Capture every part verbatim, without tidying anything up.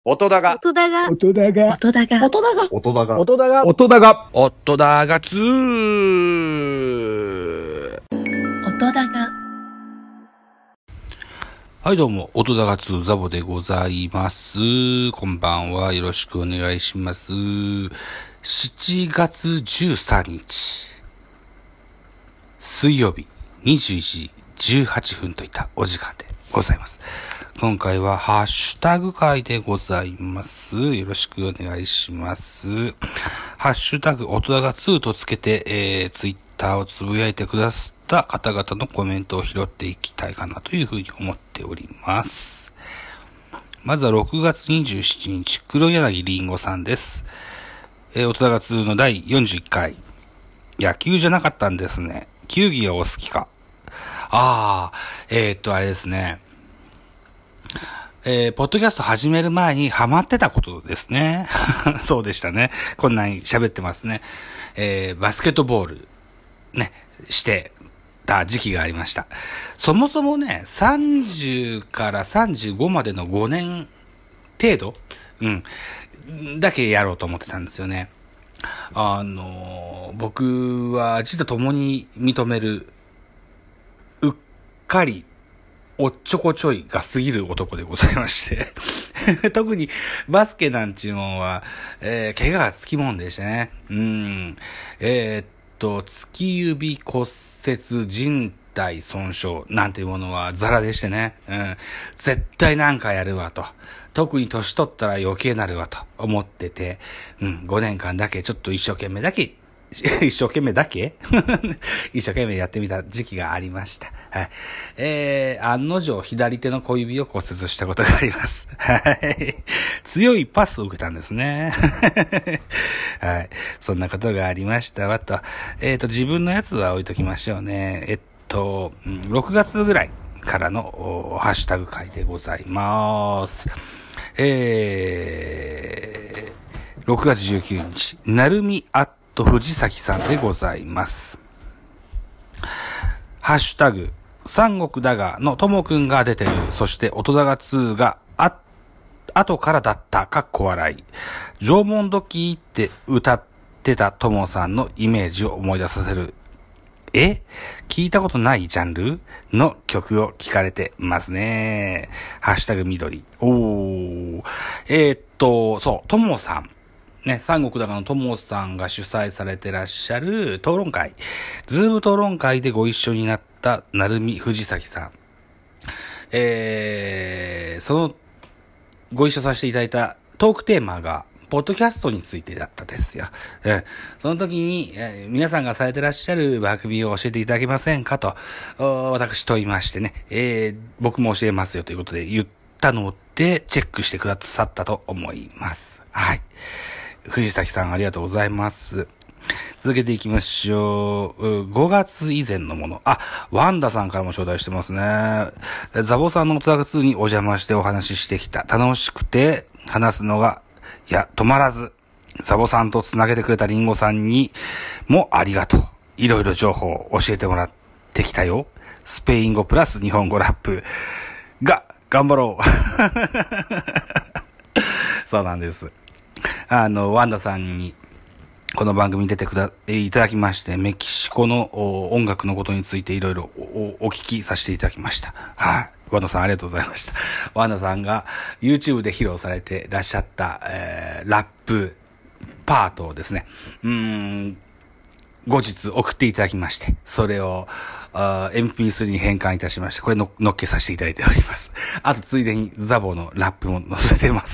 音だが、 音だが、 音だが、 音だが、 音だが、 音だが、 音だが、 音だが、 音だがつー。 音だが。 はい、どうも、音だがつーザボでございます。こんばんは。よろしくお願いします。しちがつじゅうさんにち、水曜日、にじゅういちじじゅうはっぷんといったお時間でございます。今回はハッシュタグ会でございます。よろしくお願いします。ハッシュタグ音だがつーとつけて、えー、ツイッターをつぶやいてくださった方々のコメントを拾っていきたいかなというふうに思っております。まずはろくがつにじゅうしちにち、黒柳りんごさんです。えー、音だがつーのだいよんじゅういっかい。野球じゃなかったんですね。球技がお好きか。あー、えー、っと、あれですね。えー、ポッドキャスト始める前にハマってたことですね。そうでしたね。こんなに喋ってますね。えー、バスケットボール、ね、してた時期がありました。そもそもね、さんじゅうからさんじゅうごまでのごねん程度、うん、だけやろうと思ってたんですよね。あのー、僕は自他共に認める、うっかり、おっちょこちょいが過ぎる男でございまして特にバスケなんちゅうのは、えー、怪我がつきもんでしてね。うん。えー、っと、突き指骨折靭帯損傷なんていうものはザラでしてね。うん。絶対なんかやるわと。特に年取ったら余計なるわと思ってて、うん、ごねんかんだけちょっと一生懸命だけ一生懸命だけ一生懸命やってみた時期がありました。はい。えー、案の定左手の小指を骨折したことがあります。はい。強いパスを受けたんですね。はい。そんなことがありましたわと。えっと、自分のやつは置いときましょうね。えっと、ろくがつぐらいからのハッシュタグ会でございます。えー、ろくがつじゅうくにち、なるみあと藤崎さんでございます。ハッシュタグ、三国だがのともくんが出てる。そして音だがつーがあ、後からだった。かっこ笑い。縄文時って歌ってたともさんのイメージを思い出させる。え聞いたことないジャンルの曲を聞かれてますね。ハッシュタグ緑。おー。えー、っと、そう、ともさん。ね、三国だがのともさんが主催されてらっしゃる討論会。ズーム討論会でご一緒になったなるみ藤崎さん。えー、その、ご一緒させていただいたトークテーマが、ポッドキャストについてだったですよ。えー、その時に、えー、皆さんがされてらっしゃる番組を教えていただけませんかと、私問いましてね、えー、僕も教えますよということで言ったので、チェックしてくださったと思います。はい。藤崎さんありがとうございます。続けていきましょう。ごがつ以前のもの。あ、ワンダさんからも招待してますね。ザボさんの音だがつーにお邪魔してお話ししてきた。楽しくて話すのが、いや、止まらず。ザボさんとつなげてくれたリンゴさんにもありがとう。いろいろ情報を教えてもらってきたよ。スペイン語プラス日本語ラップが、頑張ろう。そうなんです。あの、ワンダさんに、この番組に出てくだ、いただきまして、メキシコの音楽のことについていろいろお聞きさせていただきました。はい。ワンダさんありがとうございました。ワンダさんが YouTube で披露されてらっしゃった、えー、ラップパートをですね、うーん、後日送っていただきまして、それを エムピースリー に変換いたしまして、これの乗っけさせていただいております。あとついでにザボのラップも載せてます。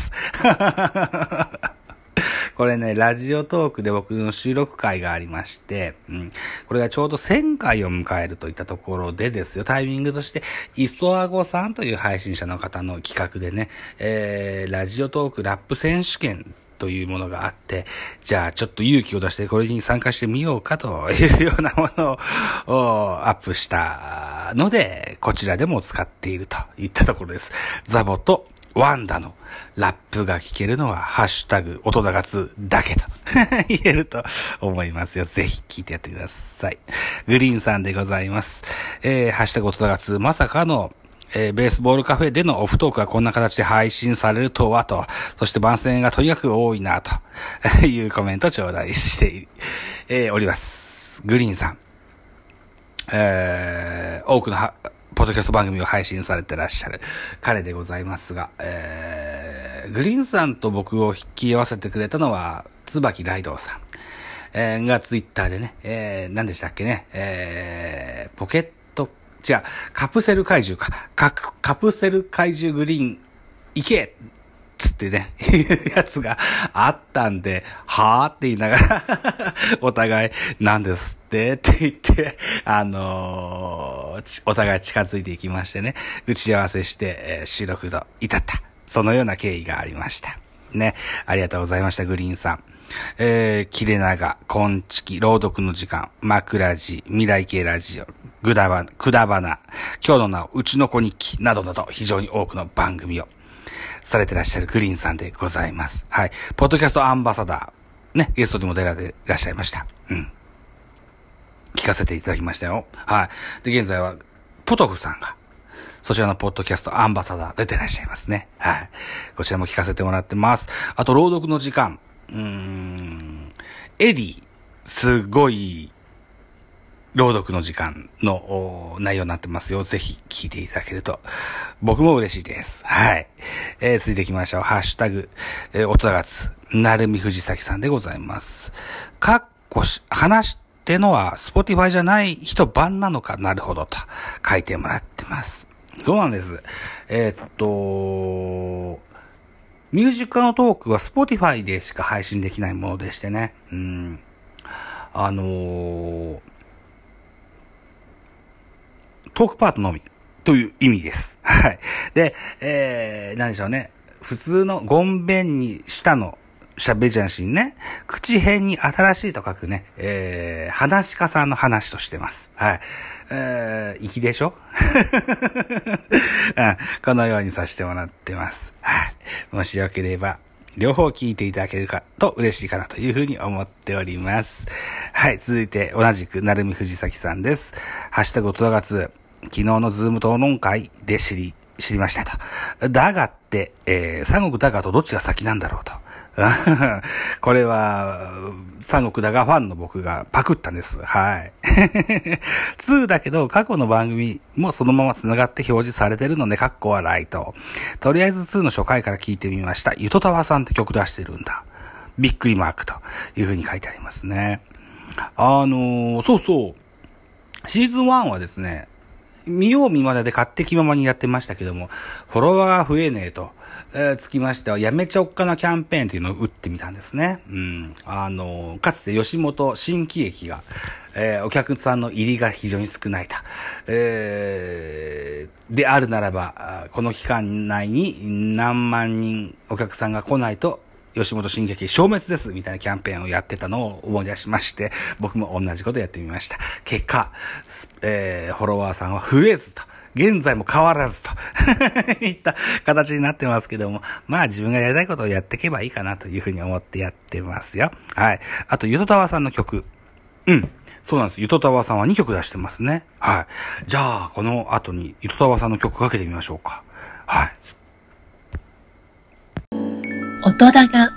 これね、ラジオトークで僕の収録会がありまして、うん、これがちょうどせんかいを迎えるといったところでですよ、タイミングとして、磯あごさんという配信者の方の企画でね、えー、ラジオトークラップ選手権というものがあって、じゃあちょっと勇気を出してこれに参加してみようかというようなものをアップしたので、こちらでも使っているといったところです。ザボとワンダのラップが聞けるのはハッシュタグ音だがつだけと言えると思いますよ。ぜひ聞いてやってください。グリーンさんでございます。えー、ハッシュタグ音だがつまさかのえー、ベースボールカフェでのオフトークがこんな形で配信されるとはと、そして番宣がとにかく多いなというコメントを頂戴して、えー、おります。グリーンさん。えー、多くのはポッドキャスト番組を配信されてらっしゃる彼でございますが、えー、グリーンさんと僕を引き合わせてくれたのは、椿ライドウさん、えー、がツイッターでね、えー、何でしたっけね、えー、ポケット、違う、カプセル怪獣か、カカプセル怪獣グリーン、行けつってね、いうやつがあったんで、はーって言いながら、お互い、なんですってって言って、あのー、お互い近づいていきましてね、打ち合わせして、えー、収録と至った。そのような経緯がありました。ね、ありがとうございました、グリーンさん。えー、切れ長、こんちき、朗読の時間、枕地、未来系ラジオ、ぐだば、くだばな、今日のなお、うちの子日記、などなど、非常に多くの番組を、されてらっしゃるグリーンさんでございます。はい。ポッドキャストアンバサダー。ね。ゲストにも出られていらっしゃいました。うん。聞かせていただきましたよ。はい。で、現在は、ポトフさんが、そちらのポッドキャストアンバサダー出てらっしゃいますね。はい。こちらも聞かせてもらってます。あと、朗読の時間。うーん。エディ、すごい、朗読の時間の内容になってますよ。ぜひ聞いていただけると僕も嬉しいです。はい。えー、続いていきましょう。ハッシュタグ、えー、音がつ、なるみ藤崎さんでございます。かっこし、話してのは Spotify じゃない人版なのかなるほどと書いてもらってます。そうなんです。えー、っと、ミュージックのトークは Spotify でしか配信できないものでしてね。うん。あのー、トークパートのみという意味です。はい。で、えー、何でしょうね。普通のゴンベンに下の喋りじゃなしにね、口辺に新しいと書くね、えー、話し家さんの話としてます。はい。えー、粋でしょうん、このようにさせてもらってます。はい。もしよければ、両方聞いていただけるかと嬉しいかなというふうに思っております。はい。続いて、同じく、なるみ藤崎さんです。ハッシュタグ音がつ。昨日のズーム討論会で知り、知りましたと。だがって、えー、三国だがとどっちが先なんだろうと。これは、三国だがファンの僕がパクったんです。はい。にだけど、過去の番組もそのまま繋がって表示されてるので、かっこ笑いと。とりあえずにの初回から聞いてみました。ゆとたわさんって曲出してるんだ。びっくりマークという風に書いてありますね。あのー、そうそう。シーズンワンはですね、見よう見まねで勝手気ままにやってましたけども、フォロワーが増えねえと、えー、つきましては、やめちゃおっかなキャンペーンというのを打ってみたんですね。うん。あの、かつて吉本新喜劇が、えー、お客さんの入りが非常に少ないと。えー、であるならば、この期間内に何万人お客さんが来ないと、吉本新喜劇消滅ですみたいなキャンペーンをやってたのを思い出しまして、僕も同じことやってみました。結果、えー、フォロワーさんは増えずと、現在も変わらずといった形になってますけども、まあ自分がやりたいことをやっていけばいいかなというふうに思ってやってますよ。はい。あと、ゆとたわさんの曲。うん。そうなんです。ゆとたわさんはにきょく出してますね。はい。じゃあ、この後にゆとたわさんの曲かけてみましょうか。はい。 音だが。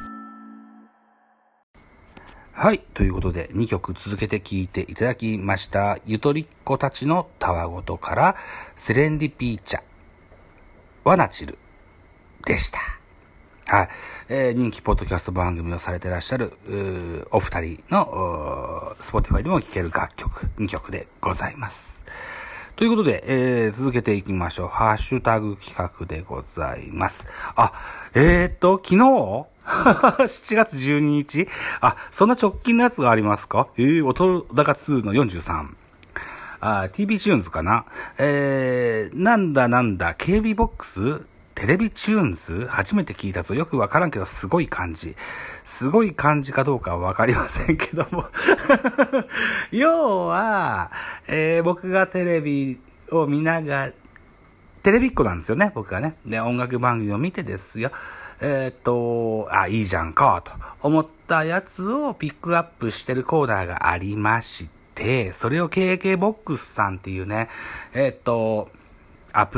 はい。ということで、にきょく続けて聴いていただきました。ゆとりっ子たちのたわごとから、セレンディピーチャ、ワナチルでした。はい。えー、人気ポッドキャスト番組をされていらっしゃる、お二人の、Spotify でも聴ける楽曲、にきょくでございます。ということで、えー、続けていきましょう。ハッシュタグ企画でございます。あ、えーっと、昨日しちがつじゅうににちあ、そんな直近のやつがありますか？えー、音高にのよんじゅうさん。あ、ティービー チューンズかな？えー、なんだなんだ、ケービー ボックス？テレビチューンズ？初めて聞いたぞ。よくわからんけど、すごい感じ。すごい感じかどうかはわかりませんけども。要は、えー、僕がテレビを見ながら、テレビっ子なんですよね、僕がね。で、音楽番組を見てですよ。えー、っと、あ、いいじゃんか、と思ったやつをピックアップしてるコーナーがありまして、それを ケーケー ボックスさんっていうね、えー、っと、アプリ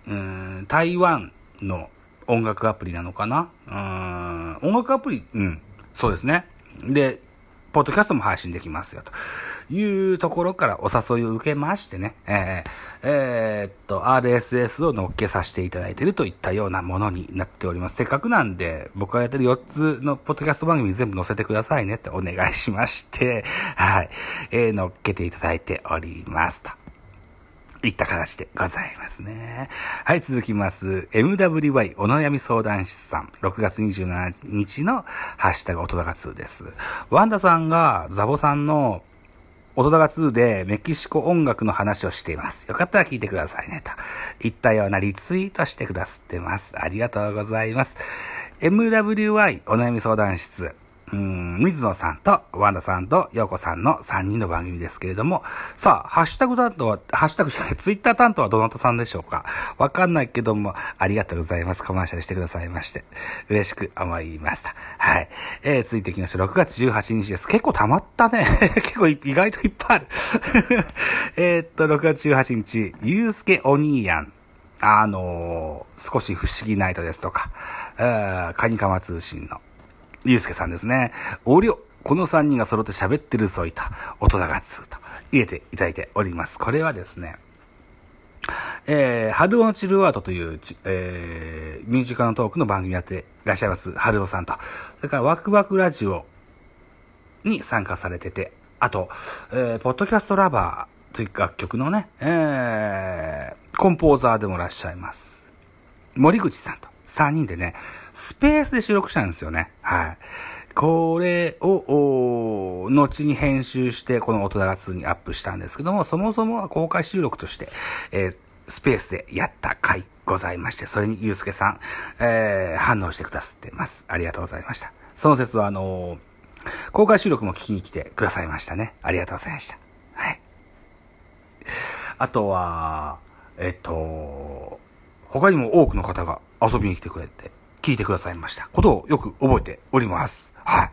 うーん、台湾の音楽アプリなのかなうーん、音楽アプリ、うん、そうですね。で、ポッドキャストも配信できますよ、というところからお誘いを受けましてね、えー、えー、っと、アールエスエス を乗っけさせていただいているといったようなものになっております。せっかくなんで、僕がやってるよっつのポッドキャスト番組全部載せてくださいねってお願いしまして、はい、えー、乗っけていただいておりますと。いった形でございますね。はい、続きます。エムダブリューワイ お悩み相談室さん。ろくがつにじゅうしちにちのハッシュタグ音高ツーです。ワンダさんがザボさんの音高ツーでメキシコ音楽の話をしています。よかったら聞いてくださいね。といったようなリツイートしてくださってます。ありがとうございます。エムダブリューワイ お悩み相談室。うーん、水野さんと、ワンダさんと、ヨーコさんのさんにんの番組ですけれども、さあ、ハッシュタグ担当は、ハッシュタグじゃない、ツイッター担当はどなたさんでしょうか？わかんないけども、ありがとうございます。コマーシャルしてくださいまして、嬉しく思いました。はい。えー、続いていきましょう。ろくがつじゅうはちにちです。結構溜まったね。結構意外といっぱいある。えっと、ろくがつじゅうはちにち、ゆうすけお兄やん。あのー、少し不思議ナイトですとか、カニカマ通信の、ゆうすけさんですね。おりょ、このさんにんが揃って喋ってるぞいと、音高ツーと入れていただいております。これはですね、えー、春尾のチルアートという、えー、ミュージカルのトークの番組やっていらっしゃいます、春尾さんと、それからワクワクラジオに参加されてて、あと、えー、ポッドキャストラバーという楽曲のね、えー、コンポーザーでもいらっしゃいます。森口さんと。さんにんでね、スペースで収録したんですよね。はい。これを、後に編集して、この音高ツーにアップしたんですけども、そもそもは公開収録として、えー、スペースでやった回ございまして、それにゆうすけさん、えー、反応してくださってます。ありがとうございました。その説は、あのー、公開収録も聞きに来てくださいましたね。ありがとうございました。はい。あとは、えっと、他にも多くの方が遊びに来てくれて、聞いてくださいましたことをよく覚えております。はい。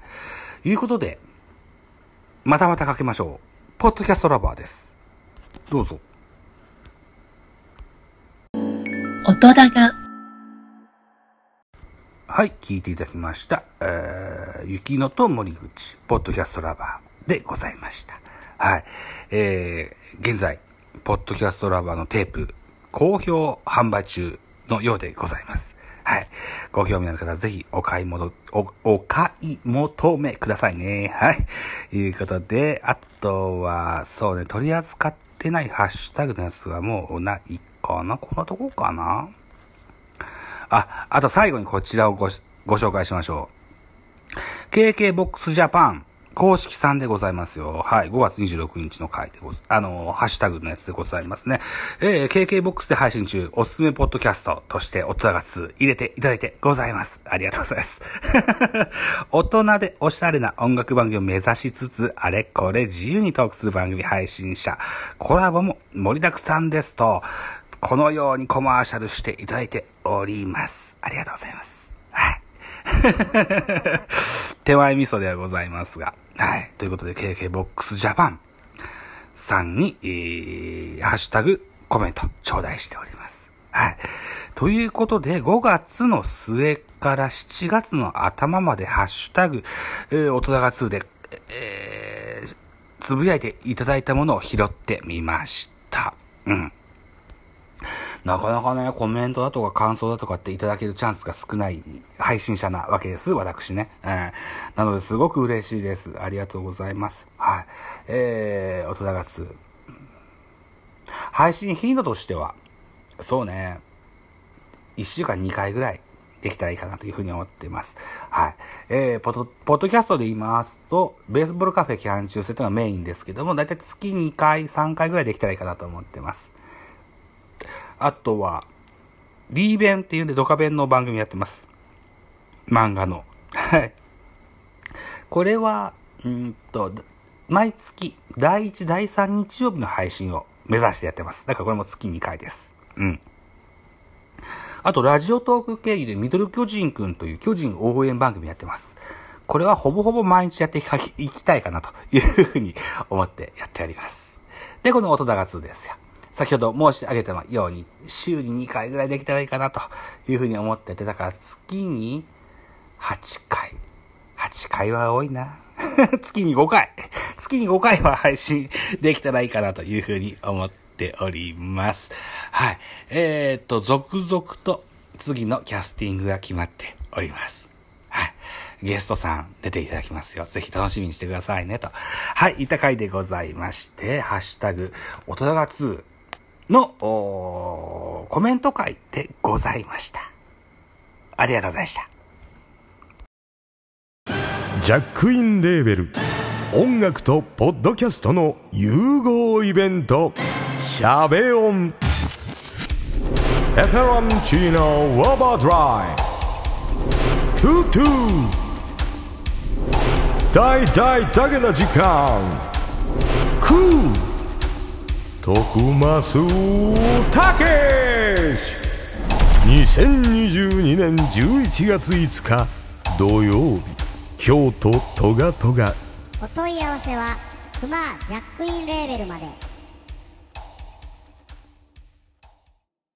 いうことで、またまたかけましょう。ポッドキャストラバーです。どうぞ。 音高。 はい、聞いていただきました。えー、雪乃と森口、ポッドキャストラバーでございました。はい。えー、現在、ポッドキャストラバーのテープ、好評販売中のようでございます。はい。ご興味のある方はぜひお買い物、お、お買い求めくださいね。はい。ということで、あとは、そうね、取り扱ってないハッシュタグのやつはもうないかな？こんなとこかな？あ、あと最後にこちらをご、ご紹介しましょう。ケーケー ボックスジャパン公式さんでございますよ。はい。ごがつにじゅうろくにちの回でござ、あの、ハッシュタグのやつでございますね。えー、ケーケー ボックスで配信中、おすすめポッドキャストとして音高ツー入れていただいてございます。ありがとうございます。大人でおしゃれな音楽番組を目指しつつ、あれこれ自由にトークする番組配信者、コラボも盛りだくさんですと、このようにコマーシャルしていただいております。ありがとうございます。はい。手前味噌ではございますが。はい。ということで、ケーケー ボックスジャパンさんに、えー、ハッシュタグ、コメント、頂戴しております。はい。ということで、ごがつの末からしちがつの頭までハッシュタグ、えー、音高ツーで、えー、つぶやいていただいたものを拾ってみました。うん。なかなかね、コメントだとか感想だとかっていただけるチャンスが少ない配信者なわけです、私ね。えー、なのですごく嬉しいです。ありがとうございます。はい。えー、音高ツー。配信頻度としては、そうね、いっしゅうかんにかいぐらいできたらいいかなというふうに思っています。はい。えー、ポト、ポッドキャストで言いますと、ベースボールカフェ期間中制というのがメインですけども、だいたい月にかい、さんかいぐらいできたらいいかなと思ってます。あとは、D 弁っていうんでドカ弁の番組やってます。漫画の。はい。これは、うんと、毎月、だいいち、だいさん日曜日の配信を目指してやってます。だからこれも月にかいです。うん。あと、ラジオトーク経由でミドル巨人くんという巨人応援番組やってます。これはほぼほぼ毎日やっていきたいかなというふうに思ってやっております。で、この音高ツーですよ。 先ほど申し上げたように、週ににかいぐらいできたらいいかなというふうに思ってて、だから月にはちかい。はちかいは多いな。月にごかい。月にごかいは配信できたらいいかなというふうに思っております。はい。えーっと、続々と次のキャスティングが決まっております。はい。ゲストさん出ていただきますよ。ぜひ楽しみにしてくださいねと。はい。いった回でございまして、ハッシュタグ、おとだがツーのコメント会でございました。ありがとうございました。 ジャックインレーベル音楽とポッドキャストの融合イベントシャベオンペペロンチーノウォーバードライトゥトゥ大大だけの時間クー徳増たけしにせんにじゅうにねんじゅういちがついつか土曜日京都トガトガお問い合わせはクマジャックインレーベルまで。